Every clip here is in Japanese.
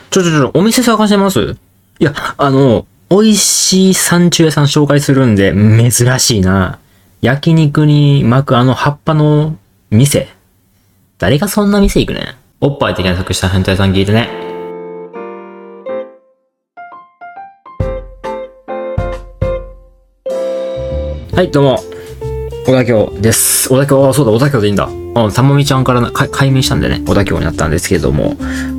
お店探してます？いや、美味しい山中屋さん紹介するんで、珍しいな。焼肉に巻く葉っぱの店。誰がそんな店行くねん。おっぱいで検索した変態さん聞いてね。はい、どうも。小田京です。小田京、そうだ、小田京でいいんだ。たまみちゃんから解明したんでね、小田京になったんですけども、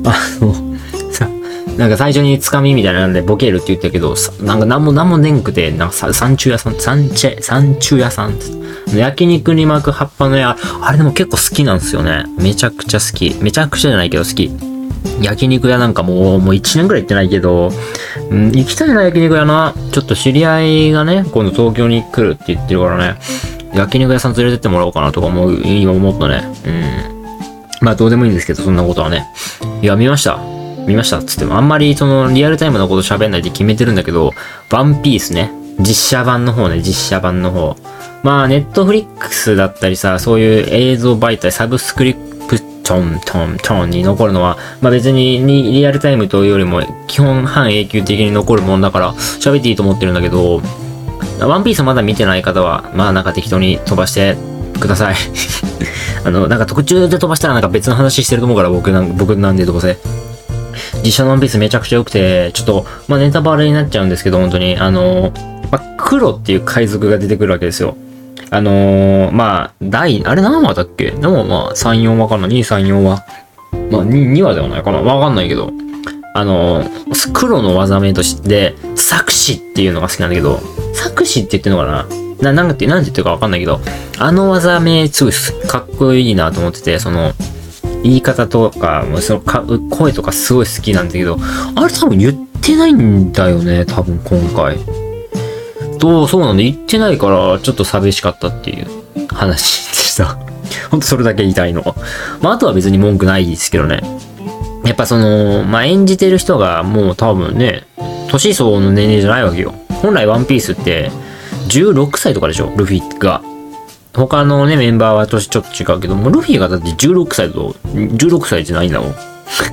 なんか最初につかみみたいなんでボケるって言ったけど、なんかなんもねんくて、なんか山中屋さん、山中屋さん、焼肉に巻く葉っぱの屋、あれでも結構好きなんですよね。めちゃくちゃ好き。めちゃくちゃじゃないけど好き。焼肉屋なんかもう1年くらい行ってないけど、行きたいな、焼肉屋な。ちょっと知り合いがね、今度東京に来るって言ってるからね、焼肉屋さん連れてってもらおうかなとか今思ったね。まあどうでもいいんですけど、そんなことはね。いや、見ましたっつっても、あんまりリアルタイムのこと喋んないで決めてるんだけど、ワンピースね。実写版の方。まあ、ネットフリックスだったりさ、そういう映像媒体、サブスクリプトンに残るのは、まあ別にリアルタイムというよりも、基本半永久的に残るもんだから、喋っていいと思ってるんだけど、ワンピースまだ見てない方は、まあなんか適当に飛ばしてください。なんか途中で飛ばしたらなんか別の話してると思うから、僕なんでどうせ。実写のワンピースめちゃくちゃ良くて、ちょっと、まあ、ネタバレになっちゃうんですけど、本当に、まあ、黒っていう海賊が出てくるわけですよ。まあ、あれ何話だっけ？でもまあ、3、4話かな？ 2、3、4話。まあ、2話ではないかな？わかんないけど。黒の技名として、作詞っていうのが好きなんだけど、作詞って言ってんのかな？なんて言ってるかわかんないけど、技名すごいかっこいいなと思ってて、言い方とか、声とかすごい好きなんだけど、あれ多分言ってないんだよね、多分今回。そうなんで言ってないから、ちょっと寂しかったっていう話でした。ほんとそれだけ言いたいの。まあ、あとは別に文句ないですけどね。やっぱまあ、演じてる人がもう多分ね、年相応の年齢じゃないわけよ。本来ワンピースって、16歳とかでしょ、ルフィが。他のね、メンバーは年ちょっと違うけど、もうルフィがだって16歳じゃないんだもん。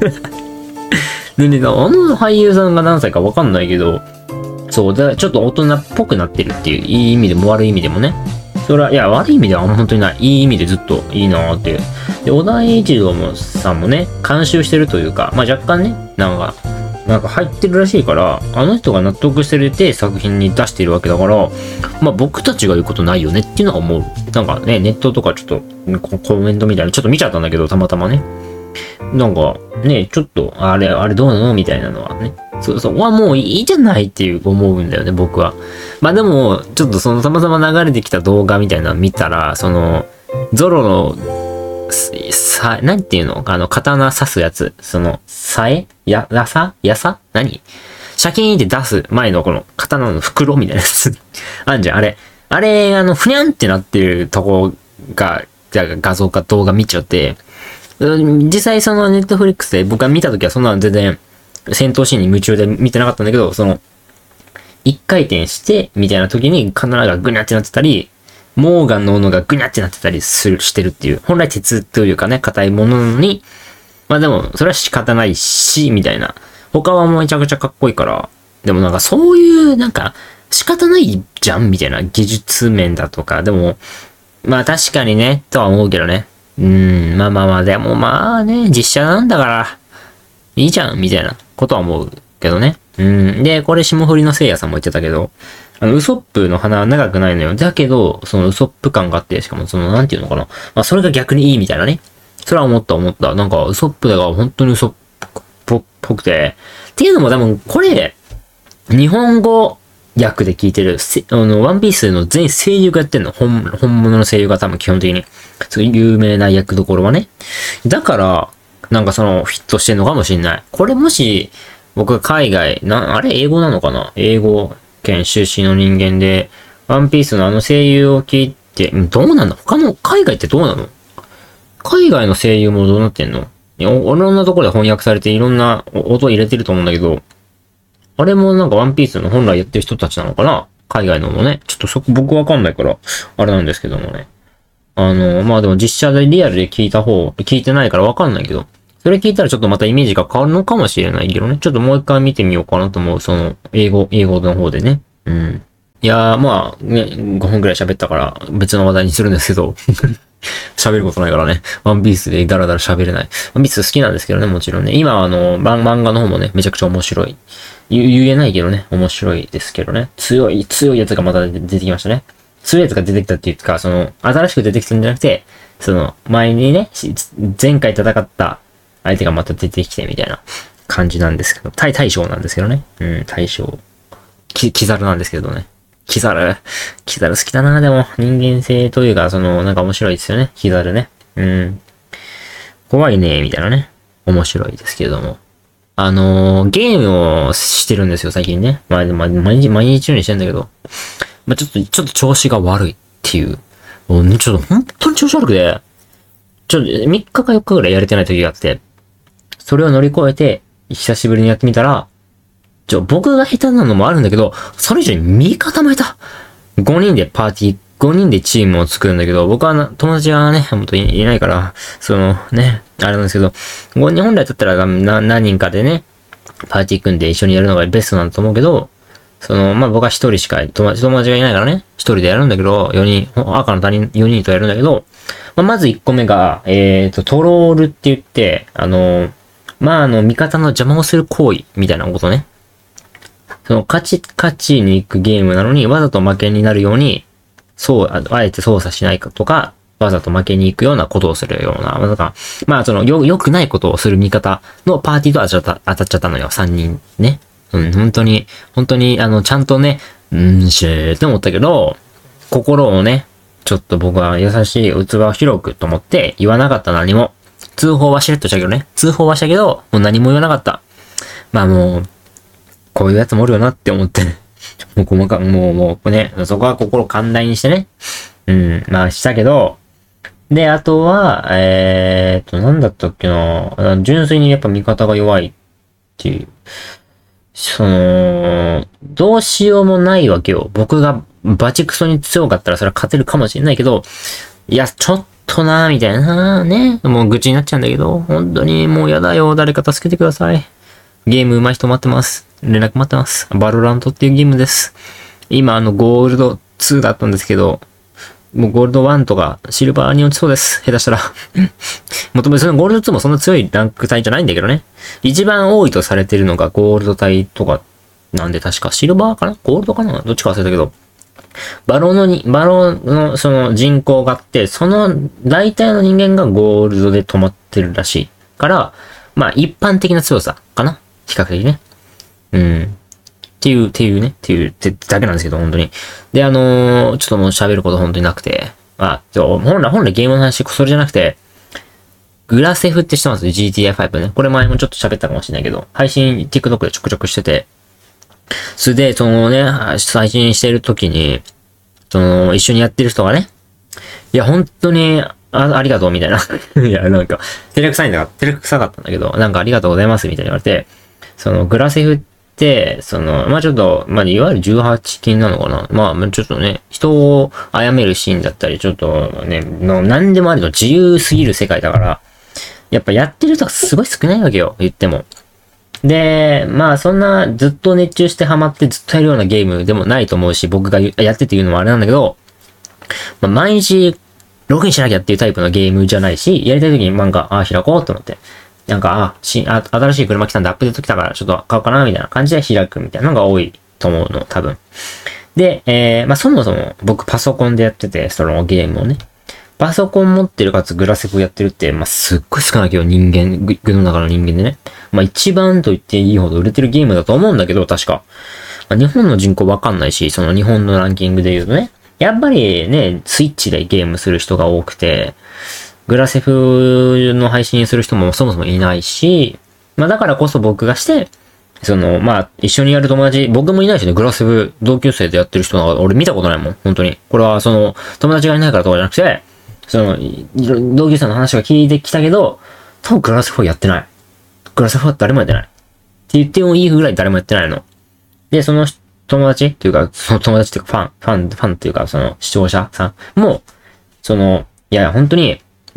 で、俳優さんが何歳かわかんないけど、そう、ちょっと大人っぽくなってるっていう、いい意味でも悪い意味でもね。それは、いや、悪い意味では本当にない。いい意味でずっといいなーっていう。で、小田栄一郎さんもね、監修してるというか、まあ若干ね、なんか入ってるらしいから、あの人が納得してて作品に出しているわけだから、まあ僕たちが言うことないよねっていうのは思う。なんかね、ネットとかちょっとコメントみたいな、ちょっと見ちゃったんだけど、たまたまね。なんかね、ちょっと、あれどうなのみたいなのはね。そうはもういいじゃないっていう思うんだよね、僕は。まあでも、ちょっとたまたま流れてきた動画みたいなの見たら、ゾロの、なんていうの？刀刺すやつ。やさ何？シャキーンって出す前のこの刀の袋みたいなやつ。あんじゃん、あれ、ふにゃんってなってるとこが、画像か動画見ちゃって、実際ネットフリックスで僕が見たときはそんなの全然、戦闘シーンに夢中で見てなかったんだけど、一回転して、みたいな時に刀がグニャってなってたり、モーガンの斧がグニャってなってたりしてるっていう。本来鉄というかね、硬いものなのに、まあでも、それは仕方ないし、みたいな。他はめちゃくちゃかっこいいから、でもなんかそういう、なんか、仕方ないじゃんみたいな技術面だとか、でも、まあ確かにね、とは思うけどね。まあ、でもまあね、実写なんだから、いいじゃんみたいなことは思うけどね。で、これ霜降りのせいやさんも言ってたけど、ウソップの鼻は長くないのよ。だけど、ウソップ感があって、しかもなんていうのかな。まあそれが逆にいいみたいなね。それは思った。なんか、ウソップが本当にウソップっぽくて。っていうのも多分、これ、日本語訳で聞いてる、ワンピースの全声優がやってんの。本物の声優が多分基本的に。そういう有名な役どころはね。だから、なんかフィットしてんのかもしんない。これもし、僕が海外、あれ英語なのかな？英語圏出身の人間で、ワンピースの声優を聞いて、どうなんだ？他の海外ってどうなの？海外の声優もどうなってんの？いろんなところで翻訳されていろんな音入れてると思うんだけど、あれもなんかワンピースの本来やってる人たちなのかな？海外のもね。ちょっと僕わかんないから、あれなんですけどもね。まあでも実写でリアルで聞いてないからわかんないけど、 それ聞いたらちょっとまたイメージが変わるのかもしれないけどね。ちょっともう一回見てみようかなと思う。その、英語の方でね。うん。いやー、まあ、ね、5分くらい喋ったから別の話題にするんですけど。喋ることないからね。ワンピースでダラダラ喋れない。ワンピース好きなんですけどね、もちろんね。今漫画の方もね、めちゃくちゃ面白い。言えないけどね、面白いですけどね。強いやつがまた出てきましたね。強いやつが出てきたっていうか、その、新しく出てきたんじゃなくて、その、前にね、前回戦った相手がまた出てきてみたいな感じなんですけど、大将なんですけどね。うん、大将。キザルなんですけどね。キザル好きだな、でも。人間性というか、その、なんか面白いですよね。キザルね。うん。怖いね、みたいなね。面白いですけれども。ゲームをしてるんですよ、最近ね。毎日ようにしてんだけど。ちょっと調子が悪いっていう。もうね、ちょっと本当に調子悪くて、3日か4日ぐらいやれてない時があって、それを乗り越えて、久しぶりにやってみたら、僕が下手なのもあるんだけど、それ以上に味方もいた。5人で5人でチームを作るんだけど、僕は友達がね、本当にいないから、そのね、あれなんですけど、5人本来だったら何人かでね、パーティー組んで一緒にやるのがベストなんだと思うけど、僕は一人しか友達がいないからね、一人でやるんだけど、赤の他人4人とやるんだけど、まず1個目が、トロールって言って、味方の邪魔をする行為みたいなことね。勝ちに行くゲームなのに、わざと負けになるように、あえて操作しないかとか、わざと負けに行くようなことをするような、良くないことをする味方のパーティーと当たっちゃったのよ、3人ね。うん、本当に、ちゃんとね、って思ったけど、心をね、ちょっと僕は優しい器を広くと思って言わなかった何も。通報はしれっとしたけどね。通報はしたけど、もう何も言わなかった。こういうやつもおるよなって思って。もうね、そこは心寛大にしてね。したけど、で、あとは、なんだったっけな。純粋にやっぱ味方が弱いっていう。どうしようもないわけよ。僕がバチクソに強かったらそれは勝てるかもしれないけど、いや、ちょっとなーみたいなね。もう愚痴になっちゃうんだけど、本当にもうやだよ。誰か助けてください。ゲーム上手い人待ってます。連絡待ってます。バロラントっていうゲームです。今ゴールド2だったんですけど、もうゴールド1とかシルバーに落ちそうです。下手したら。もともとそのゴールド2もそんな強いランク帯じゃないんだけどね。一番多いとされてるのがゴールド帯とかなんで確かシルバーかなゴールドかなどっちか忘れたけど。バロのその人口があって、その大体の人間がゴールドで止まってるらしい。から、一般的な強さかな比較的ね。っていうだけなんですけど、本当に。で、ちょっともう喋ること本当になくて。本来ゲームの話、それじゃなくて、グラセフって知ってます ?GTA5 ね。これ前もちょっと喋ったかもしれないけど、配信 TikTok でちょくちょくしてて、それで、配信してる時に、一緒にやってる人がね、いや、本当に、ありがとう、みたいな。いや、照れくさかったんだけど、ありがとうございます、みたいに言われて、グラセフって、ちょっと、いわゆる18禁なのかな。ちょっとね、人を殺めるシーンだったり、ちょっとね、何でもありの自由すぎる世界だから、やっぱやってる人がすごい少ないわけよ、言っても。で、そんなずっと熱中してハマってずっとやるようなゲームでもないと思うし、僕がやってて言うのもあれなんだけど、毎日ログインしなきゃっていうタイプのゲームじゃないし、やりたい時に開こうと思って。新しい車来たんでアップデート来たからちょっと買おうかなみたいな感じで開くみたいなのが多いと思うの、多分。で、そもそも僕パソコンでやってて、そのゲームをね。パソコン持ってるかつグラセフをやってるって、すっごい少ないけど人間、具の中の人間でね。一番と言っていいほど売れてるゲームだと思うんだけど、確か。日本の人口わかんないし、その日本のランキングで言うとね。やっぱりね、スイッチでゲームする人が多くて、グラセフの配信する人もそもそもいないし、だからこそ僕がして、一緒にやる友達、僕もいないしね、グラセフ同級生でやってる人なんか俺見たことないもん、本当に。これは友達がいないからとかじゃなくて、同級生の話が聞いてきたけど、多分グラセフはやってない。グラセフは誰もやってない。って言ってもいいぐらい誰もやってないの。で、その友達っていうか、その友達っていうかファンっていうか、視聴者さんも、いや、本当に、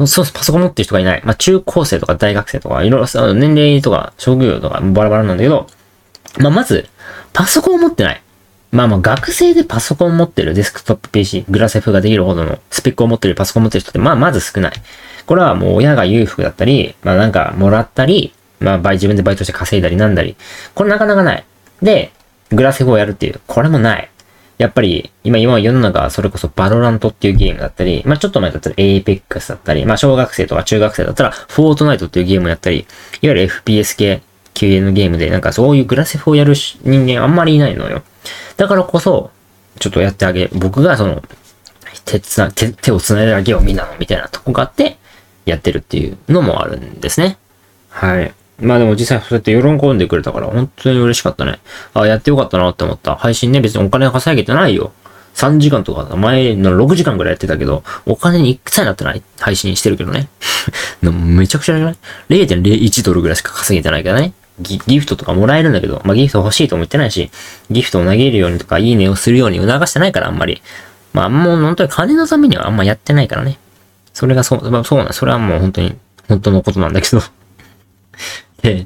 そう、パソコン持ってる人がいない。まあ、中高生とか大学生とか、いろいろ、年齢とか、職業とかバラバラなんだけど、まあ、まず、パソコンを持ってない。まあ学生でパソコン持ってるデスクトップ PC、グラセフができるほどのスペックを持ってるパソコン持ってる人って、まず少ない。これはもう親が裕福だったり、なんかもらったり、自分でバイトして稼いだりなんだり。これなかなかない。で、グラセフをやるっていう。これもない。やっぱり、今世の中はそれこそバロラントっていうゲームだったり、ちょっと前だったらエイペックスだったり、小学生とか中学生だったらフォートナイトっていうゲームをやったり、いわゆる FPS 系のゲームで、なんかそういうグラセフをやる人間あんまりいないのよ。だからこそ、ちょっとやってあげ、僕が手を繋いだだけをみんなのみたいなとこがあって、やってるっていうのもあるんですね。はい。でも実際そうやって喜んでくれたから本当に嬉しかったね。やってよかったなって思った。配信ね、別にお金稼げてないよ。3時間とか、前の6時間ぐらいやってたけど、お金に一切なってない配信してるけどね。めちゃくちゃじゃない ?0.01 ドルぐらいしか稼げてないからね。ギフトとかもらえるんだけど、ギフト欲しいとも言ってないし、ギフトを投げるようにとか、いいねをするように促してないから、あんまり。もう本当に金のためにはあんまやってないからね。それがそう、それはもう本当のことなんだけど。で、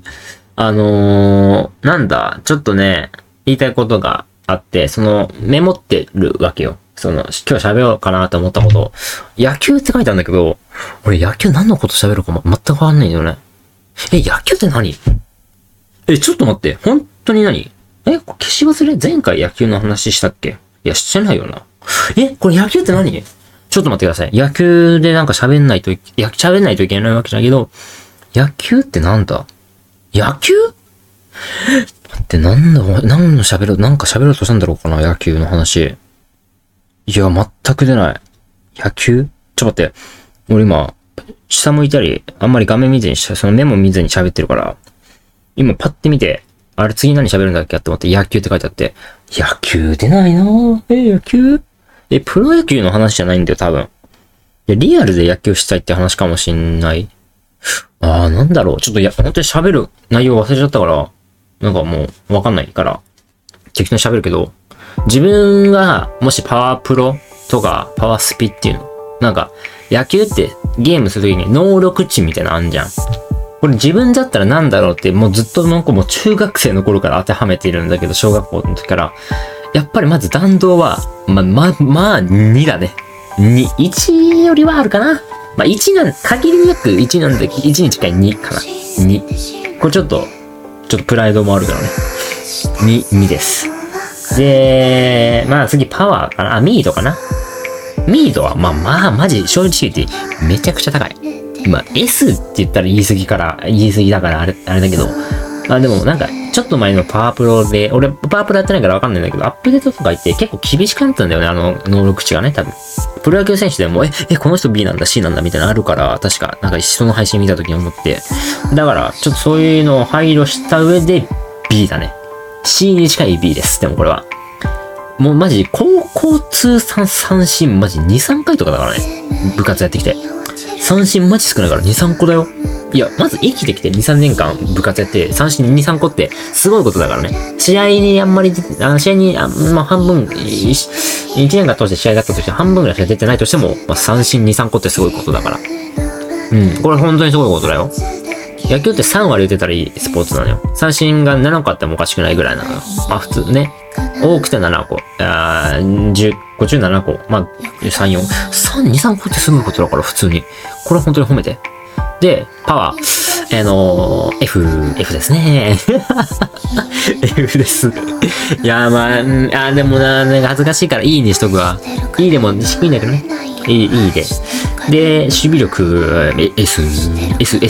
ちょっとね、言いたいことがあって、メモってるわけよ。今日喋ろうかなと思ったこと。野球って書いてあるんだけど、俺野球何のこと喋るか全くわかんないんだよね。野球って何？ちょっと待って。本当に何？消し忘れ？前回野球の話したっけ？いや、してないよな。これ野球って何？ちょっと待ってください。野球でなんか喋んないといけないわけだけど、野球ってなんだ？野球？待って、なんか喋ろうとしたんだろうかな、野球の話。いや、全く出ない。野球？ちょっと待って。俺今、下向いたり、あんまり画面見ずに、そのメモ見ずに喋ってるから、今パッて見て、あれ次何喋るんだっけって思って野球って書いてあって、野球出ないなぁ。野球？プロ野球の話じゃないんだよ、多分。リアルで野球したいって話かもしんない。なんだろう。ちょっと本当に喋る内容忘れちゃったから、なんかもうわかんないから、適当に喋るけど、自分がもしパワープロとかパワースピっていうの、なんか野球ってゲームするときに能力値みたいなのあんじゃん。これ自分だったらなんだろうってもうずっともう中学生の頃から当てはめているんだけど、小学校の時から、やっぱりまず弾道は、2だね。1よりはあるかな。1限りなく1なんで、1に近い2かな。2。これちょっとプライドもあるからね。2です。で、次パワーかな。ミートかな。ミートは、マジ正直言ってめちゃくちゃ高い。S って言ったら言い過ぎだからあれだけど、でもなんか、ちょっと前のパワープロで、俺パワープロやってないからわかんないんだけど、アップデートとか言って結構厳しくなったんだよね、能力値がね、多分。プロ野球選手でも、この人 B なんだ、C なんだ、みたいなのあるから、確か、なんか人の配信見た時に思って。だから、ちょっとそういうのを配慮した上で B だね。C に近い B です。でもこれは。もうマジ、高校通算三振マジ2、3回とかだからね。部活やってきて。三振マジ少ないから2、3個だよ。いや、まず生きてきて2、3年間部活やって三振2、3個ってすごいことだからね。試合に半分、1年間通して試合だったとして半分ぐらいしか出てないとしても、三振2、3個ってすごいことだから。これ本当にすごいことだよ。野球って3割打てたらいいスポーツなのよ。三振が7個あってもおかしくないぐらいなのよ。普通ね。多くて7個。10個中7個。3、4。3、2、3個ってすごいことだから、普通に。これは本当に褒めて。で、パワー。F ですね。F です。いや、でもなんか恥ずかしいから E にしとくわ。E でも低いんだけどね。E で。で、守備力、S です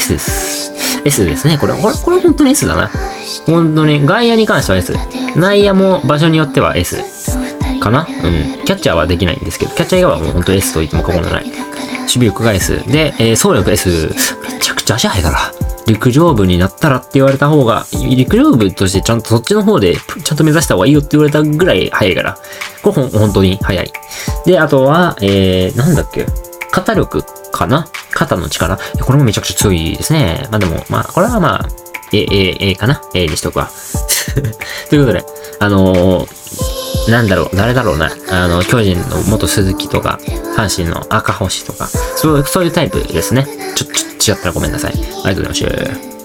。S ですね。これ本当に S だな。本当に、外野に関しては S。内野も場所によっては S。かな？キャッチャーはできないんですけど、キャッチャー以外はもう本当 S と言っても過言でない。守備力が S。で、走力 S。めちゃくちゃ足速いから。陸上部になったらって言われた方が、陸上部としてちゃんとそっちの方でちゃんと目指した方がいいよって言われたぐらい速いから。これ本当に速い。で、あとは、なんだっけ？肩力かな？肩の力。これもめちゃくちゃ強いですね。でも、これはA かな？ A にしとくわ。ということで、 なんだろう、誰だろうね。巨人の元鈴木とか、阪神の赤星とか、そういうタイプですね。ちょっと違ったらごめんなさい。ありがとうございました。